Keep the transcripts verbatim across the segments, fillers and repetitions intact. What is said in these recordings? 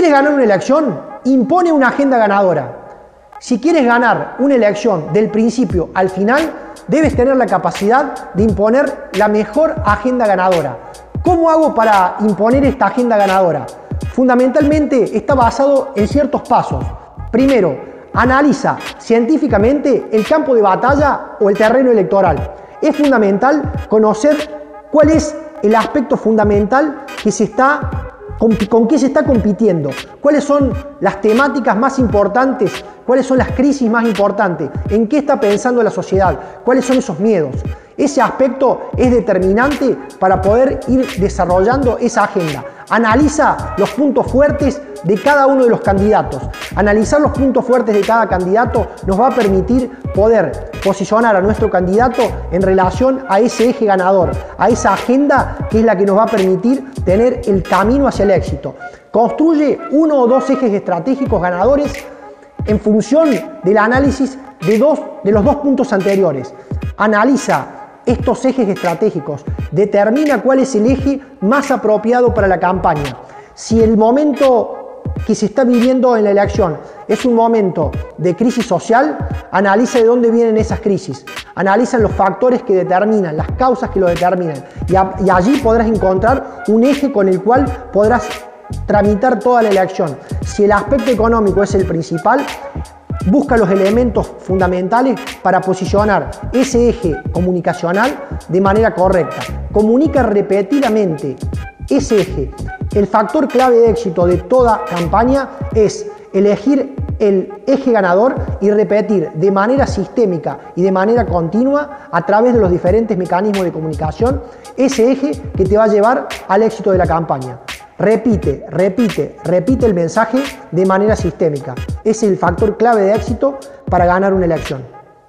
quieres ganar una elección, impone una agenda ganadora. Si quieres ganar una elección del principio al final, debes tener la capacidad de imponer la mejor agenda ganadora. ¿Cómo hago para imponer esta agenda ganadora? Fundamentalmente está basado en ciertos pasos. Primero, analiza científicamente el campo de batalla o el terreno electoral. Es fundamental conocer cuál es el aspecto fundamental que se está, con, con qué se está compitiendo, cuáles son las temáticas más importantes, cuáles son las crisis más importantes, en qué está pensando la sociedad, cuáles son esos miedos. Ese aspecto es determinante para poder ir desarrollando esa agenda. Analiza los puntos fuertes de cada uno de los candidatos. Analizar los puntos fuertes de cada candidato nos va a permitir poder posicionar a nuestro candidato en relación a ese eje ganador, a esa agenda que es la que nos va a permitir tener el camino hacia el éxito. Construye uno o dos ejes estratégicos ganadores en función del análisis de, dos, de los dos puntos anteriores. Analiza estos ejes estratégicos, determina cuál es el eje más apropiado para la campaña. Si el momento que se está viviendo en la elección es un momento de crisis social, analiza de dónde vienen esas crisis, analiza los factores que determinan, las causas que lo determinan, y, a, y allí podrás encontrar un eje con el cual podrás tramitar toda la elección. Si el aspecto económico es el principal, busca los elementos fundamentales para posicionar ese eje comunicacional de manera correcta. Comunica repetidamente ese eje. El factor clave de éxito de toda campaña es elegir el eje ganador y repetir de manera sistémica y de manera continua a través de los diferentes mecanismos de comunicación ese eje que te va a llevar al éxito de la campaña. Repite, repite, repite el mensaje de manera sistémica. Ese es el factor clave de éxito para ganar una elección.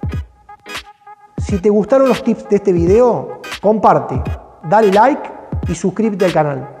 Si te gustaron los tips de este video, comparte, dale like y suscríbete al canal.